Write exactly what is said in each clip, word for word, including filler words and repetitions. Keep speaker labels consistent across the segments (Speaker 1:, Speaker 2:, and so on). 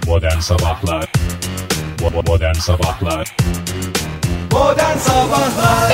Speaker 1: Modern Sabahlar Modern Sabahlar
Speaker 2: Modern Sabahlar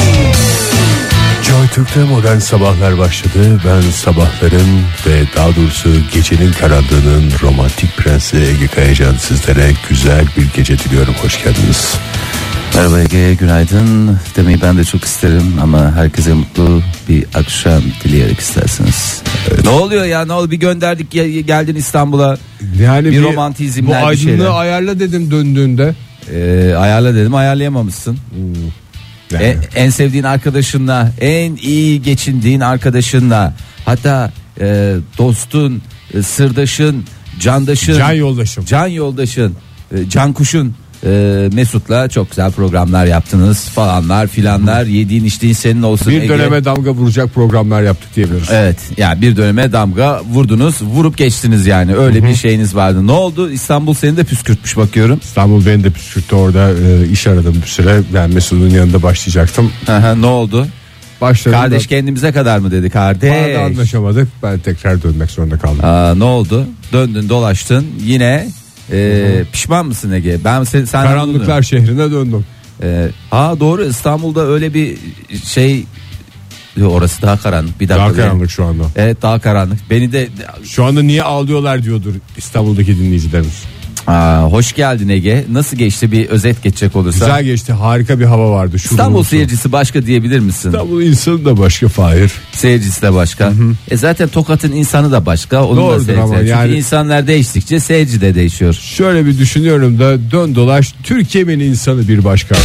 Speaker 3: Joy Türk'te Modern Sabahlar başladı. Ben sabahların ve daha doğrusu gecenin karanlığının romantik prensi Ege Kayacan sizlere güzel bir gece diliyorum. Hoş geldiniz.
Speaker 4: Merhaba Ege, günaydın demeyi ben de çok isterim ama herkese mutlu bir akşam dileyerek isterseniz. Evet. Ne oluyor ya, ne oldu, bir gönderdik geldin İstanbul'a, yani bir, bir romantizmler,
Speaker 3: bu aydınlığı ayarla dedim döndüğünde.
Speaker 4: Ee, ayarla dedim, ayarlayamamışsın. Hmm. Yani. En, en sevdiğin arkadaşınla, en iyi geçindiğin arkadaşınla, hatta e, dostun, e, sırdaşın, candaşın,
Speaker 3: can yoldaşım,
Speaker 4: can yoldaşın, e, can kuşun e, Mesut'la çok güzel programlar yaptınız falanlar filanlar. Hı. Yediğin içtiğin senin olsun.
Speaker 3: Bir
Speaker 4: Ege.
Speaker 3: döneme damga vuracak programlar yaptık diyebiliriz.
Speaker 4: Evet, yani bir döneme damga vurdunuz, vurup geçtiniz yani, öyle Hı-hı. bir şeyiniz vardı. Ne oldu? İstanbul seni de püskürtmüş bakıyorum.
Speaker 3: İstanbul beni de püskürttü, orada e, iş aradım bir süre. Ben Mesut'un yanında başlayacaktım.
Speaker 4: Aha, ne oldu?
Speaker 3: Başladım
Speaker 4: kardeş
Speaker 3: da,
Speaker 4: kendimize kadar mı dedi kardeş?
Speaker 3: Bazı anlaşamadık, ben tekrar dönmek zorunda kaldım.
Speaker 4: Aa, ne oldu? Döndün dolaştın yine. Ee, pişman mısın Ege? Ben sen, sen
Speaker 3: Karanlıklar şehrine döndüm.
Speaker 4: Ee, ha doğru, İstanbul'da öyle bir şey, orası daha karanlık. Bir dakika.
Speaker 3: Daha karanlık şu anda.
Speaker 4: Evet, daha karanlık. Beni de
Speaker 3: şu anda niye ağlıyorlar diyordur İstanbul'daki dinleyicilerimiz.
Speaker 4: Aa, hoş geldin Ege. Nasıl geçti, bir özet geçecek olursa?
Speaker 3: Güzel geçti, harika bir hava vardı. Şurada
Speaker 4: İstanbul
Speaker 3: olsun.
Speaker 4: Seyircisi başka diyebilir misin?
Speaker 3: İstanbul insanı da başka Fahir.
Speaker 4: Seyircisi de başka. Hı hı. E zaten Tokat'ın insanı da başka. Onun
Speaker 3: doğrudur
Speaker 4: da
Speaker 3: ama
Speaker 4: çünkü
Speaker 3: yani,
Speaker 4: insanlar değiştikçe seyirci de değişiyor.
Speaker 3: Şöyle bir düşünüyorum da dön dolaş Türkiye'nin insanı bir başka.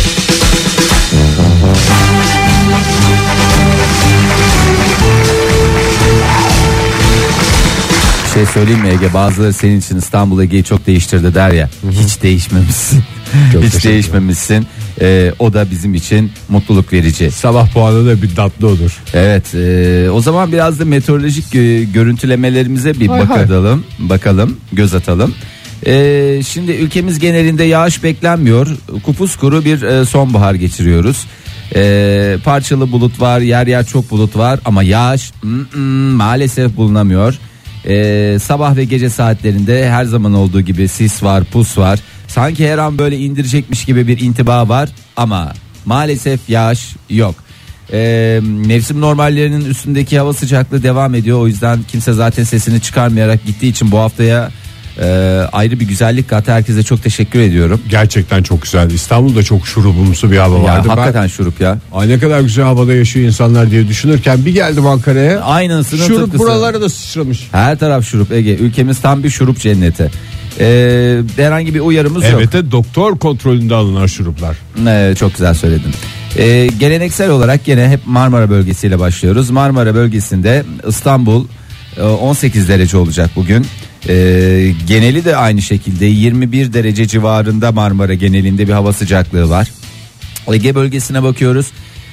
Speaker 4: Şey söyleyeyim mi Ege, bazıları senin için İstanbul Ege'yi çok değiştirdi der ya. Hı hı. Hiç değişmemişsin. Hiç değişmemişsin. Ee, o da bizim için mutluluk verici.
Speaker 3: Sabah puanı da bir tatlı olur.
Speaker 4: Evet, e, o zaman biraz da meteorolojik e, görüntülemelerimize bir hay bakalım, hay. bakalım, göz atalım. E, şimdi ülkemiz genelinde yağış beklenmiyor. Kupuskuru bir e, sonbahar geçiriyoruz. E, parçalı bulut var, yer yer çok bulut var ama yağış mm, maalesef bulunamıyor. Ee, sabah ve gece saatlerinde her zaman olduğu gibi sis var, pus var. Sanki her an böyle indirecekmiş gibi bir intiba var ama maalesef yağış yok. Ee, mevsim normallerinin üstündeki hava sıcaklığı devam ediyor. O yüzden kimse zaten sesini çıkarmayarak gittiği için bu haftaya e, ayrı bir güzellik kattı. Herkese çok teşekkür ediyorum.
Speaker 3: Gerçekten çok güzeldi. İstanbul'da çok şurubumsu bir hava
Speaker 4: ya,
Speaker 3: vardı.
Speaker 4: Hakikaten ben, şurup ya.
Speaker 3: Ay ne kadar güzel havada yaşıyor insanlar diye düşünürken bir geldim Ankara'ya.
Speaker 4: Aynısını
Speaker 3: şurup
Speaker 4: tıpkısı.
Speaker 3: Buralara da sıçramış.
Speaker 4: Her taraf şurup Ege. Ülkemiz tam bir şurup cenneti. Ee, herhangi bir uyarımız
Speaker 3: evet,
Speaker 4: yok.
Speaker 3: Evet de doktor kontrolünde alınan şuruplar.
Speaker 4: Ee, çok güzel söyledin. Ee, geleneksel olarak yine hep Marmara bölgesiyle başlıyoruz. Marmara bölgesinde İstanbul on sekiz derece olacak bugün. Ee, geneli de aynı şekilde yirmi bir derece civarında Marmara genelinde bir hava sıcaklığı var. Ege bölgesine bakıyoruz.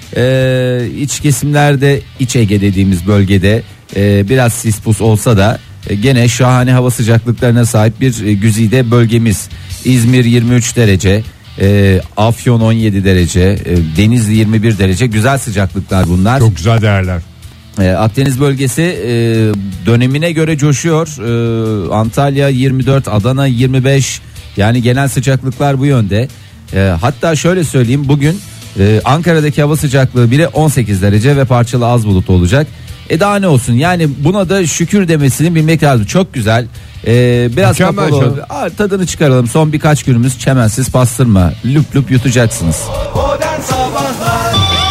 Speaker 4: Ee, iç kesimlerde, iç Ege dediğimiz bölgede e, biraz sis pus olsa da e, gene şahane hava sıcaklıklarına sahip bir e, güzide bölgemiz. İzmir yirmi üç derece, e, Afyon on yedi derece, e, Denizli yirmi bir derece, güzel sıcaklıklar bunlar.
Speaker 3: Çok güzel değerler.
Speaker 4: E, Akdeniz bölgesi e, dönemine göre coşuyor. E, Antalya yirmi dört, Adana yirmi beş, yani genel sıcaklıklar bu yönde. E, hatta şöyle söyleyeyim, bugün e, Ankara'daki hava sıcaklığı bile on sekiz derece ve parçalı az bulut olacak. E daha ne olsun, yani buna da şükür demesini bilmek lazım. Çok güzel. Ee, biraz kapalı. Aa, tadını çıkaralım. Son birkaç günümüz çemensiz pastırma. Lüp lüp yutacaksınız.
Speaker 2: Modern Sabahlar.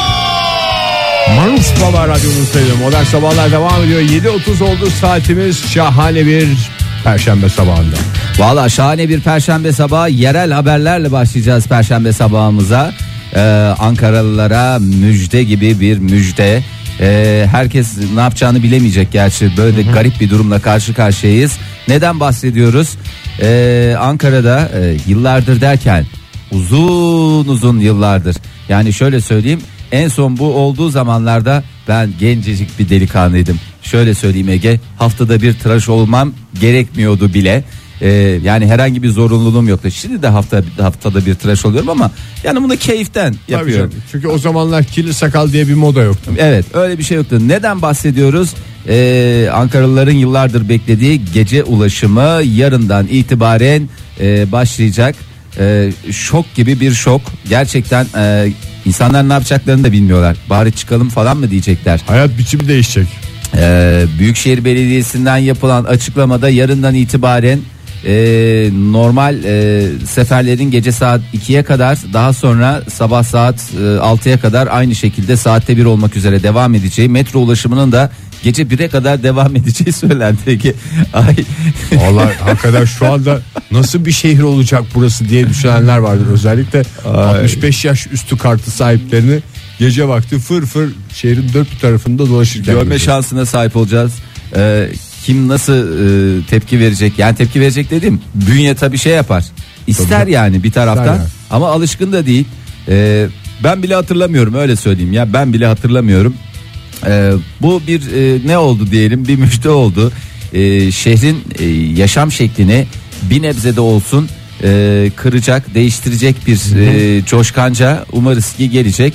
Speaker 3: Maruf Baba radyonuzdaydı. Modern Sabahlar devam ediyor. yedi otuz oldu saatimiz. Şahane bir Perşembe sabahında.
Speaker 4: Valla şahane bir Perşembe sabahı. Yerel haberlerle başlayacağız Perşembe sabahımıza. Ee, Ankaralılara müjde gibi bir müjde. Ee, herkes ne yapacağını bilemeyecek gerçi, böyle hı hı. garip bir durumla karşı karşıyayız. Neden bahsediyoruz? Ee, Ankara'da e, yıllardır derken uzun uzun yıllardır, yani şöyle söyleyeyim, en son bu olduğu zamanlarda ben gencecik bir delikanlıydım. Şöyle söyleyeyim Ege, haftada bir tıraş olmam gerekmiyordu bile. Ee, yani herhangi bir zorunluluğum yoktu. Şimdi de hafta haftada bir tıraş oluyorum ama yani bunu keyiften yapıyorum.
Speaker 3: Çünkü o zamanlar kirli sakal diye bir moda yoktu.
Speaker 4: Evet, öyle bir şey yoktu. Neden bahsediyoruz? Ee, Ankaralıların yıllardır beklediği gece ulaşımı yarından itibaren e, başlayacak. E, şok gibi bir şok. Gerçekten e, insanlar ne yapacaklarını da bilmiyorlar. Bari çıkalım falan mı diyecekler.
Speaker 3: Hayat biçimi değişecek.
Speaker 4: Ee, Büyükşehir Belediyesi'nden yapılan açıklamada yarından itibaren e, normal e, seferlerin gece saat ikiye kadar, daha sonra sabah saat e, altıya kadar aynı şekilde saatte bir olmak üzere devam edeceği, metro ulaşımının da gece bire kadar devam edeceği söylendi ki ay
Speaker 3: Vallahi hakikaten şu anda nasıl bir şehir olacak burası diye düşünenler vardır. Özellikle
Speaker 4: Ay.
Speaker 3: altmış beş yaş üstü kartı sahiplerini gece vakti fır fır şehrin dört bir tarafında dolaşırken
Speaker 4: görme
Speaker 3: göreceğiz.
Speaker 4: şansına sahip olacağız. Ee, kim nasıl e, tepki verecek? Yani tepki verecek dediğim, bünye tabii şey yapar. İster
Speaker 3: Tabii.
Speaker 4: yani bir taraftan
Speaker 3: İster yani.
Speaker 4: ama alışkın da değil. Ee, ben bile hatırlamıyorum, öyle söyleyeyim ya, ben bile hatırlamıyorum. Ee, bu bir e, ne oldu diyelim, bir müjde oldu. Ee, şehrin e, yaşam şeklini bir nebze de olsun e, kıracak, değiştirecek bir e, coşkanca umarız ki gelecek.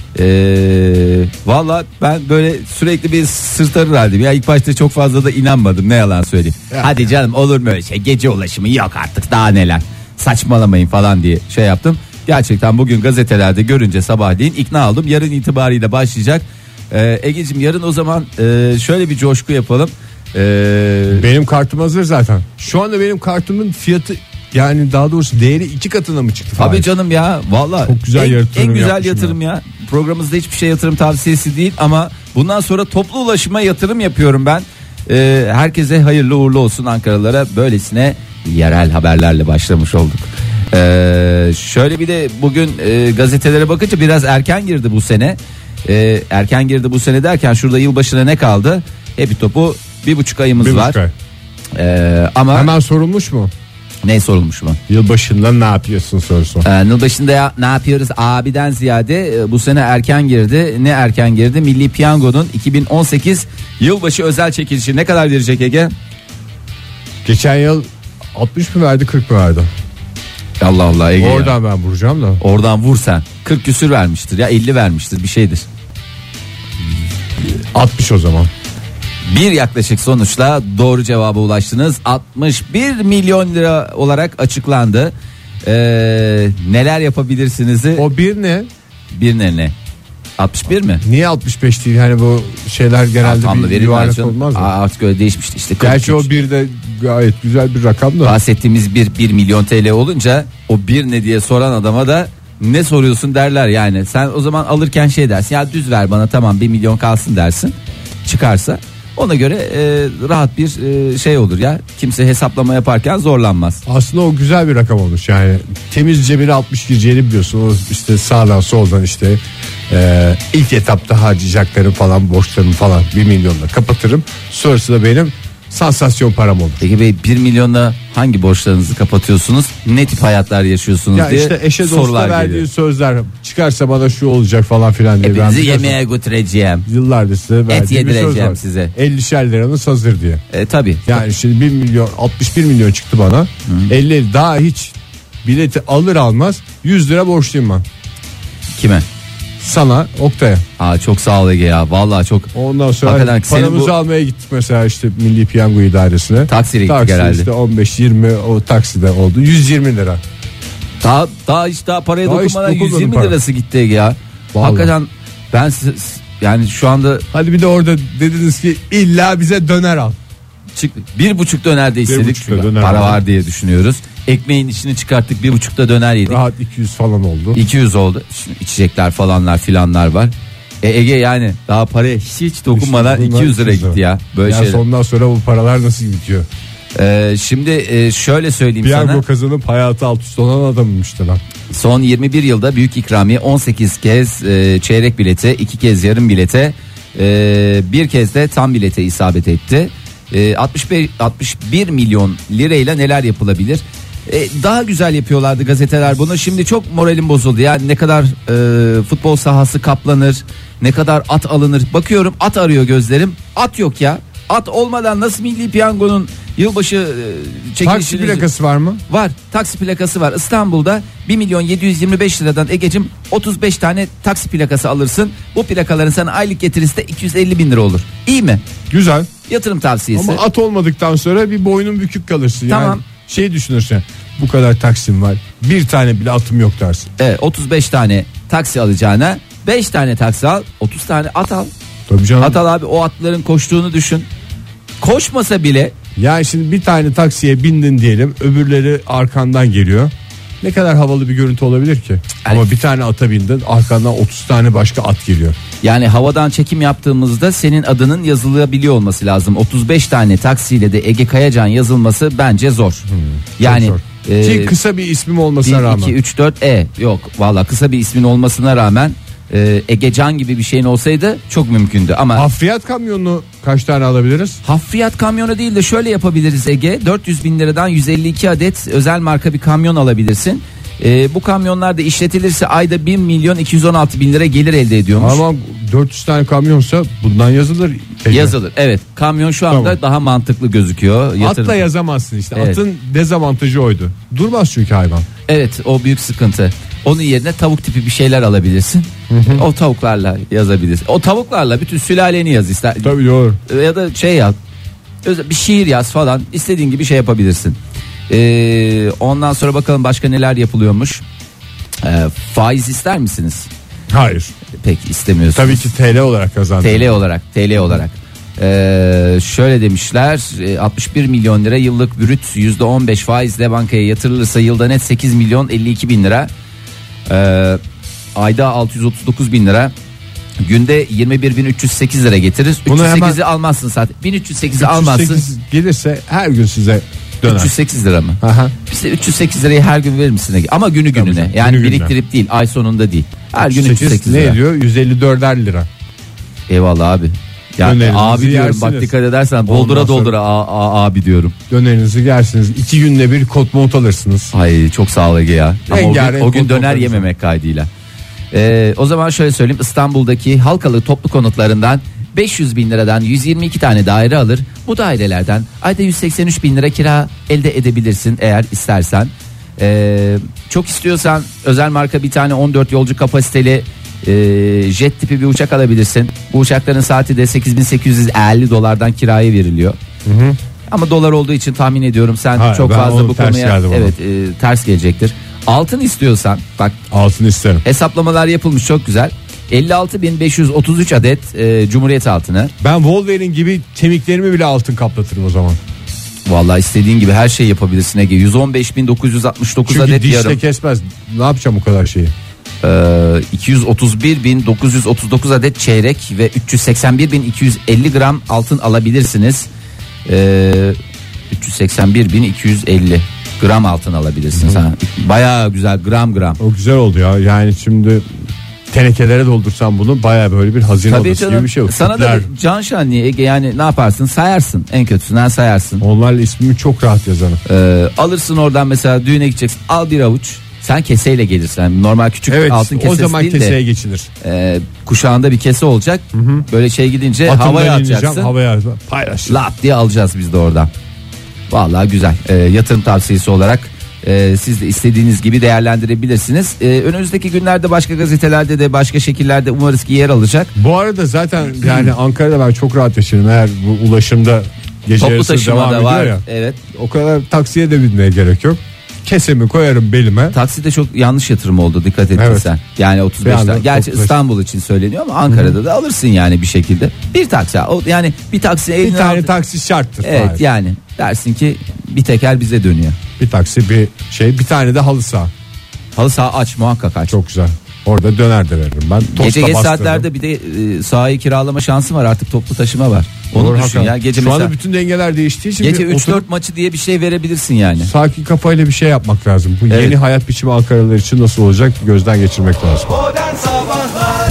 Speaker 4: Ee, Valla ben böyle sürekli bir sırtarır halde. Ya ilk başta çok fazla da inanmadım, ne yalan söyleyeyim.
Speaker 3: Ya.
Speaker 4: Hadi canım, olur mu öyle şey, gece ulaşımı yok artık, daha neler, saçmalamayın falan diye şey yaptım. Gerçekten bugün gazetelerde görünce sabahleyin ikna oldum. Yarın itibariyle başlayacak. Ee, Egeciğim, yarın o zaman e, şöyle bir coşku yapalım. Ee,
Speaker 3: Benim kartım hazır zaten. Şu anda benim kartımın fiyatı, yani daha doğrusu değeri iki katına mı çıktı?
Speaker 4: Tabii
Speaker 3: Fahir?
Speaker 4: canım ya, valla
Speaker 3: Çok güzel
Speaker 4: en,
Speaker 3: yatırım
Speaker 4: en güzel
Speaker 3: yapmışım
Speaker 4: yatırım ya. Programımızda hiçbir şey yatırım tavsiyesi değil ama bundan sonra toplu ulaşıma yatırım yapıyorum ben. Ee, herkese hayırlı uğurlu olsun Ankaralılara. Böylesine yerel haberlerle başlamış olduk. Ee, şöyle bir de bugün e, gazetelere bakınca biraz erken girdi bu sene. Ee, erken girdi bu sene derken şurada yılbaşına ne kaldı? Hepi topu bir buçuk ayımız
Speaker 3: Bir
Speaker 4: var.
Speaker 3: buçuk ay.
Speaker 4: Ee, ama
Speaker 3: Hemen sorulmuş mu?
Speaker 4: ne sorulmuş mu?
Speaker 3: Yılbaşında ne yapıyorsun sorusu.
Speaker 4: Ee, yılbaşında ya, ne yapıyoruz abiden ziyade e, bu sene erken girdi. Ne erken girdi? Milli Piyango'nun iki bin on sekiz yılbaşı özel çekilişi ne kadar verecek Ege?
Speaker 3: Geçen yıl altmış mı verdi, kırk mı verdi?
Speaker 4: Allah Allah Ege. ya.
Speaker 3: Oradan ben vuracağım da.
Speaker 4: Oradan vur sen. kırk küsür vermiştir ya, elli vermiştir, bir şeydir.
Speaker 3: altmış o zaman.
Speaker 4: Bir yaklaşık sonuçla doğru cevaba ulaştınız. altmış bir milyon lira olarak açıklandı. Ee, neler yapabilirsiniz?
Speaker 3: O bir ne?
Speaker 4: Bir ne ne? altmış bir mi?
Speaker 3: Niye altmış beş değil? Hani bu şeyler genelde
Speaker 4: Tam da
Speaker 3: bir
Speaker 4: verilmez
Speaker 3: yuvarlak
Speaker 4: canım.
Speaker 3: olmaz mı?
Speaker 4: Aa, artık öyle değişmişti işte.
Speaker 3: Gerçi o
Speaker 4: kırk üç.
Speaker 3: bir de gayet güzel bir rakam da.
Speaker 4: Bahsettiğimiz bir bir milyon T L olunca o bir ne diye soran adama da ne soruyorsun derler yani. Sen o zaman alırken şey dersin, ya düz ver bana, tamam bir milyon kalsın dersin. Çıkarsa ona göre e, rahat bir e, şey olur ya. Kimse hesaplama yaparken zorlanmaz.
Speaker 3: Aslında o güzel bir rakam olmuş yani. Temiz cebine altmış gireceğini biliyorsun. O işte sağdan soldan işte e, ilk etapta harcayacaklarım falan, borçlarımı falan bir milyonla kapatırım. Sonrası da benim sansasyon param olur.
Speaker 4: Peki bey, bir milyonla hangi borçlarınızı kapatıyorsunuz? Ne tip hayatlar yaşıyorsunuz
Speaker 3: Ya
Speaker 4: diye
Speaker 3: işte eşe dosta
Speaker 4: sorular
Speaker 3: verdiği
Speaker 4: geliyor.
Speaker 3: sözler, çıkarsa bana şu olacak falan filan diye. Ben
Speaker 4: Hepinizi
Speaker 3: biliyorsun,
Speaker 4: yemeğe götüreceğim.
Speaker 3: yıllardır size verdiğim bir söz
Speaker 4: yedireceğim
Speaker 3: var.
Speaker 4: size.
Speaker 3: ellişer liranız hazır diye.
Speaker 4: E, tabii.
Speaker 3: Yani şimdi bir milyon altmış bir milyon çıktı bana. elli daha hiç bileti alır almaz yüz lira borçluyum ben.
Speaker 4: Kime?
Speaker 3: Sana, Oktay'a.
Speaker 4: Aa, çok sağ ol Ege ya. Vallahi çok.
Speaker 3: Ondan sonra
Speaker 4: Hakikaten senin
Speaker 3: paramızı
Speaker 4: bu-
Speaker 3: almaya gittik mesela işte Milli Piyango İdaresi'ne.
Speaker 4: Taksiyle gittik
Speaker 3: Taksi
Speaker 4: herhalde.
Speaker 3: işte on beş yirmi o takside oldu. yüz yirmi lira.
Speaker 4: Daha daha hiç daha paraya
Speaker 3: Daha hiç
Speaker 4: dokunmadan
Speaker 3: dokunmadım
Speaker 4: yüz yirmi
Speaker 3: para.
Speaker 4: lirası gitti Ege ya.
Speaker 3: Vallahi.
Speaker 4: Hakikaten ben siz- yani şu anda
Speaker 3: Hadi bir de orada dediniz ki illa bize döner al.
Speaker 4: çık bir buçuk döner de istedik.
Speaker 3: buçukta
Speaker 4: Çünkü
Speaker 3: döner
Speaker 4: para
Speaker 3: aldım.
Speaker 4: var diye düşünüyoruz. Ekmeğin içini çıkarttık, bir buçukta döner yedik.
Speaker 3: Rahat iki yüz falan oldu.
Speaker 4: iki yüz oldu. Şimdi içecekler falanlar filanlar var. E Ege yani daha paraya hiç dokunmadan
Speaker 3: Bunlar
Speaker 4: iki yüz lira gitti ya. Böyle
Speaker 3: ya
Speaker 4: şeyler.
Speaker 3: sondan sonra bu paralar nasıl gidiyor?
Speaker 4: Ee, şimdi e, şöyle söyleyeyim
Speaker 3: Piyango
Speaker 4: sana.
Speaker 3: kazanıp hayatı alt üst olan adammıştı lan.
Speaker 4: Son yirmi bir yılda büyük ikramiye on sekiz kez e, çeyrek bilete, iki kez yarım bilete, e, bir kez de tam bilete isabet etti. E, altmış beş, altmış bir milyon lirayla neler yapılabilir? E, daha güzel yapıyorlardı gazeteler bunu. Şimdi çok moralim bozuldu ya. Ne kadar e, futbol sahası kaplanır, ne kadar at alınır. Bakıyorum at arıyor gözlerim. At yok ya. At olmadan nasıl Milli Piyango'nun Yılbaşı e, çekilişiniz...
Speaker 3: Taksi plakası var mı?
Speaker 4: Var. Taksi plakası var. İstanbul'da bir milyon yedi yüz yirmi beş liradan Egecim otuz beş tane taksi plakası alırsın. Bu plakaların sana aylık getirisi de iki yüz elli bin lira olur. İyi mi?
Speaker 3: Güzel.
Speaker 4: Yatırım tavsiyesi.
Speaker 3: Ama at olmadıktan sonra bir boynun bükük kalırsın.
Speaker 4: Tamam.
Speaker 3: Yani şey düşünürsen, bu kadar taksim var, bir tane bile atım yok dersin.
Speaker 4: Evet, otuz beş tane taksi alacağına beş tane taksi al, otuz tane at al.
Speaker 3: Tabii canım.
Speaker 4: At al abi, o atların koştuğunu düşün. Koşmasa bile.
Speaker 3: Yani şimdi bir tane taksiye bindin diyelim, öbürleri arkandan geliyor. Ne kadar havalı bir görüntü olabilir ki?
Speaker 4: Yani,
Speaker 3: ama bir tane ata bindin, arkandan otuz tane başka at geliyor.
Speaker 4: Yani havadan çekim yaptığımızda senin adının yazılabiliyor olması lazım. otuz beş tane taksiyle de Ege Kayacan yazılması bence zor. Hmm, yani
Speaker 3: zor. E, Ki kısa bir ismim olmasına
Speaker 4: bir,
Speaker 3: rağmen.
Speaker 4: iki, üç, dört E yok valla kısa bir ismin olmasına rağmen e, Egecan gibi bir şeyin olsaydı çok mümkündü ama.
Speaker 3: Hafriyat kamyonunu kaç tane alabiliriz?
Speaker 4: Hafriyat kamyonu değil de şöyle yapabiliriz Ege, dört yüz bin liradan yüz elli iki adet özel marka bir kamyon alabilirsin. Ee, bu kamyonlar da işletilirse ayda bir milyon iki yüz on altı bin lira gelir elde ediyormuş.
Speaker 3: Ama dört yüz tane kamyonsa bundan yazılır. Ege.
Speaker 4: Yazılır evet, kamyon şu anda tamam. Daha mantıklı gözüküyor. Yatırım.
Speaker 3: Atla yazamazsın işte,
Speaker 4: evet.
Speaker 3: Atın dezavantajı oydu, durmaz çünkü hayvan.
Speaker 4: Evet, o büyük sıkıntı. Onun yerine tavuk tipi bir şeyler alabilirsin. Hı hı. O tavuklarla yazabilirsin. O tavuklarla bütün sülaleni yaz ister.
Speaker 3: Tabii doğru.
Speaker 4: Ya da şey yaz, bir şiir yaz falan, istediğin gibi şey yapabilirsin. Ee, ondan sonra bakalım başka neler yapılıyormuş. Ee, faiz ister misiniz?
Speaker 3: Hayır.
Speaker 4: Pek istemiyorsunuz.
Speaker 3: Tabii ki T L olarak kazandım.
Speaker 4: T L olarak, T L olarak. Ee, şöyle demişler, altmış bir milyon lira yıllık brüt yüzde on beş faizle bankaya yatırılırsa yılda net sekiz milyon elli iki bin lira. Ee, ayda altı yüz otuz dokuz bin lira. Günde yirmi bir bin üç yüz sekiz lira getirir. Bunu üç yüz sekizi hemen... almazsın zaten. bin üç yüz sekizi almazsın.
Speaker 3: Gelirse her gün size döner.
Speaker 4: üç yüz sekiz lira mı?
Speaker 3: Aha.
Speaker 4: Bize üç yüz sekiz lirayı her gün verir misin? Ama günü gününe. Tabii, yani günü biriktirip gününe. Değil, ay sonunda değil. Her gün üç yüz sekiz
Speaker 3: ne
Speaker 4: lira.
Speaker 3: ediyor? yüz elli dörder lira.
Speaker 4: Eyvallah abi. Yani Dönerinizi abi diyorum yersiniz. Bak dikkat edersen doldura Ondan doldura a, a, abi diyorum.
Speaker 3: Dönerinizi yersiniz. İki günde bir kot mont alırsınız.
Speaker 4: Ay çok sağ ol Ege ya. Ama o gün, o gün döner yememek kaydıyla. Ee, o zaman şöyle söyleyeyim, İstanbul'daki Halkalı toplu konutlarından beş yüz bin liradan yüz yirmi iki tane daire alır. Bu dairelerden ayda yüz seksen üç bin lira kira elde edebilirsin eğer istersen. Ee, çok istiyorsan özel marka bir tane on dört yolcu kapasiteli e, jet tipi bir uçak alabilirsin. Bu uçakların saati de sekiz bin sekiz yüz elli dolardan kiraya veriliyor. Hı hı. Ama dolar olduğu için tahmin ediyorum sen Hayır, çok fazla bu konuya evet e, ters gelecektir. Altın istiyorsan bak,
Speaker 3: altın isterim.
Speaker 4: Hesaplamalar yapılmış çok güzel. elli altı bin beş yüz otuz üç adet e, Cumhuriyet altını.
Speaker 3: Ben Wolverine gibi kemiklerimi bile altın kaplatırım o zaman.
Speaker 4: Vallahi istediğin gibi her şey yapabilirsin Ege. yüz on beş bin dokuz yüz altmış dokuz
Speaker 3: Çünkü
Speaker 4: adet yarım.
Speaker 3: Çünkü dişle kesmez. Ne yapacağım o kadar şeyi?
Speaker 4: Ee, iki yüz otuz bir bin dokuz yüz otuz dokuz adet çeyrek ve üç yüz seksen bir bin iki yüz elli gram altın alabilirsiniz. Ee, üç yüz seksen bir bin iki yüz elli gram altın alabilirsiniz. Ha. Bayağı güzel, gram gram.
Speaker 3: O güzel oldu ya. Yani şimdi tenekelere doldursam bunu bayağı böyle bir hazine
Speaker 4: Tabii
Speaker 3: odası
Speaker 4: canım,
Speaker 3: gibi bir şey olur.
Speaker 4: Sana Kütler. Da can şenliği Ege, yani ne yaparsın, sayarsın, en kötüsünden sayarsın.
Speaker 3: Onlarla ismimi çok rahat yazarım.
Speaker 4: Ee, alırsın oradan mesela, düğüne gideceksin, al bir avuç. Sen keseyle gelirsin. Yani normal küçük evet, altın kesesi değil de. O zaman
Speaker 3: keseye geçilir.
Speaker 4: E, kuşağında bir kese olacak. Hı hı. Böyle şey gidince Atımdan havaya atacaksın.
Speaker 3: Havaya paylaş.
Speaker 4: Lap diye alacağız biz de oradan. Vallahi güzel. E, yatırım tavsiyesi olarak e, siz de istediğiniz gibi değerlendirebilirsiniz. E, önümüzdeki günlerde başka gazetelerde de başka şekillerde umarız ki yer alacak.
Speaker 3: Bu arada zaten yani Ankara'da ben çok rahat yaşarım. Eğer bu ulaşımda gece
Speaker 4: toplu
Speaker 3: yarısı devam
Speaker 4: da
Speaker 3: ediyor
Speaker 4: var.
Speaker 3: Ya.
Speaker 4: Evet.
Speaker 3: O kadar taksiye de binmeye gerek yok. Kesemi koyarım belime.
Speaker 4: Taksi de çok yanlış yatırım oldu, dikkat ettin evet. Sen. Yani otuz beş tane. Gerçi otuz beş. İstanbul için söyleniyor ama Ankara'da Hı-hı. da alırsın yani bir şekilde. Bir taksi yani bir taksi
Speaker 3: bir tane altı... taksi şarttır.
Speaker 4: Evet abi. Yani dersin ki bir teker bize dönüyor.
Speaker 3: Bir taksi bir şey, bir tane de halı saha.
Speaker 4: Halı saha aç, muhakkak aç.
Speaker 3: Çok güzel. Orada döner de veririm ben. Tosta
Speaker 4: gece geç saatlerde bir de e, sahayı kiralama şansı var, artık toplu taşıma var. Onu Doğru, düşün ya. Gece
Speaker 3: Şu
Speaker 4: mesela,
Speaker 3: anda bütün dengeler değiştiği için
Speaker 4: gece üç dört maçı diye bir şey verebilirsin yani.
Speaker 3: Sakin kafayla bir şey yapmak lazım. Bu
Speaker 4: evet.
Speaker 3: Yeni hayat biçimi Ankaralılar için nasıl olacak gözden geçirmek lazım.
Speaker 2: Modern Sabahlar.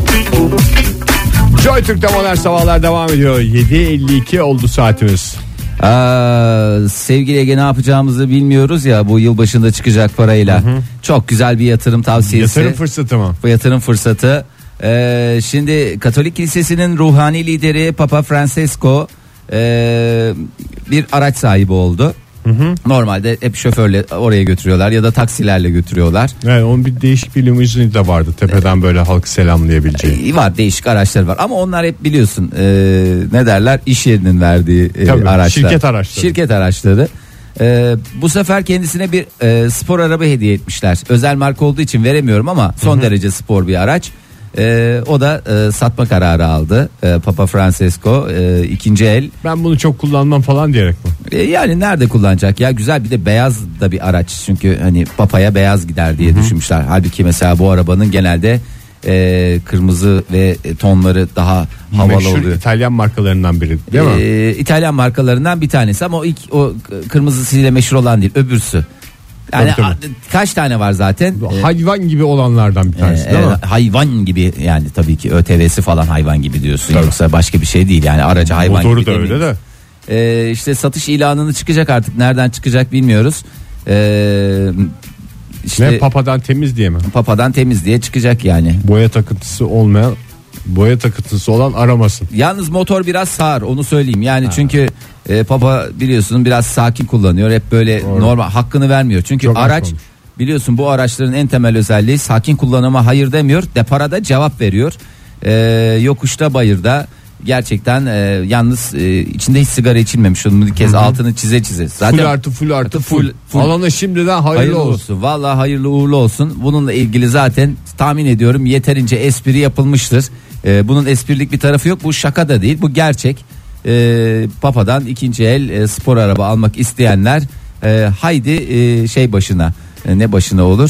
Speaker 3: Joy Türk'te Modern Sabahlar devam ediyor. yedi elli iki oldu saatimiz.
Speaker 4: Aa, sevgili Ege, ne yapacağımızı bilmiyoruz ya bu yılbaşında çıkacak parayla. Hı hı. Çok güzel bir yatırım tavsiyesi.
Speaker 3: Yatırım fırsatı mı?
Speaker 4: Bu yatırım fırsatı. Ee, şimdi Katolik Kilisesi'nin ruhani lideri Papa Francesco e, bir araç sahibi oldu. Hı hı. Normalde hep şoförle oraya götürüyorlar ya da taksilerle götürüyorlar.
Speaker 3: Evet, onun bir değişik bir limuzini de vardı. Tepeden böyle halkı selamlayabileceği.
Speaker 4: E, var, değişik araçlar var ama onlar hep biliyorsun e, ne derler, iş yerinin verdiği e,
Speaker 3: Tabii,
Speaker 4: araçlar.
Speaker 3: Şirket araçları.
Speaker 4: Şirket araçları. E, bu sefer kendisine bir e, spor araba hediye etmişler. Özel marka olduğu için veremiyorum ama son hı hı. derece spor bir araç. Ee, o da e, satma kararı aldı e, Papa Francesco e, ikinci el.
Speaker 3: Ben bunu çok kullanmam falan diyerek mi?
Speaker 4: E, yani nerede kullanacak ya, güzel bir de beyaz da bir araç çünkü hani Papa'ya beyaz gider diye Hı-hı. düşünmüşler. Halbuki mesela bu arabanın genelde e, kırmızı ve tonları daha havalı
Speaker 3: meşhur
Speaker 4: oluyor.
Speaker 3: İtalyan markalarından biri değil mi?
Speaker 4: E, İtalyan markalarından bir tanesi ama o ilk o kırmızısıyla meşhur olan değil, öbürsü. Yani tabii, tabii. Kaç tane var zaten?
Speaker 3: Hayvan gibi olanlardan bir tanesi
Speaker 4: ee,
Speaker 3: değil mi?
Speaker 4: Hayvan gibi yani, tabii ki ÖTV'si falan hayvan gibi diyorsun. Tabii. Yoksa başka bir şey değil yani, aracı hayvan
Speaker 3: motoru
Speaker 4: gibi.
Speaker 3: Motoru da öyle de.
Speaker 4: Ee, işte satış ilanını çıkacak artık, nereden çıkacak bilmiyoruz. Ee,
Speaker 3: işte, ne Papa'dan temiz diye mi?
Speaker 4: Papa'dan temiz diye çıkacak yani.
Speaker 3: Boya takıntısı olmayan, boya takıntısı olan aramasın.
Speaker 4: Yalnız motor biraz sağır, onu söyleyeyim yani ha. Çünkü e, Papa biliyorsun biraz sakin kullanıyor, hep böyle Doğru. normal hakkını vermiyor çünkü Çok araç olmuş. Biliyorsun bu araçların en temel özelliği sakin kullanıma hayır demiyor, depara da cevap veriyor. E, yokuşta bayırda gerçekten e, yalnız e, içinde hiç sigara içilmemiş, onu bir kez Hı-hı. altını çize çize. Zaten
Speaker 3: full artı full artı full. full. full. Alana şimdiden hayırlı, hayırlı olsun. olsun.
Speaker 4: Vallahi hayırlı uğurlu olsun. Bununla ilgili zaten tahmin ediyorum yeterince espri yapılmıştır. Ee, bunun esprilik bir tarafı yok. Bu şaka da değil. Bu gerçek. Ee, Papa'dan ikinci el e, spor araba almak isteyenler e, haydi e, şey başına e, ne başına olur?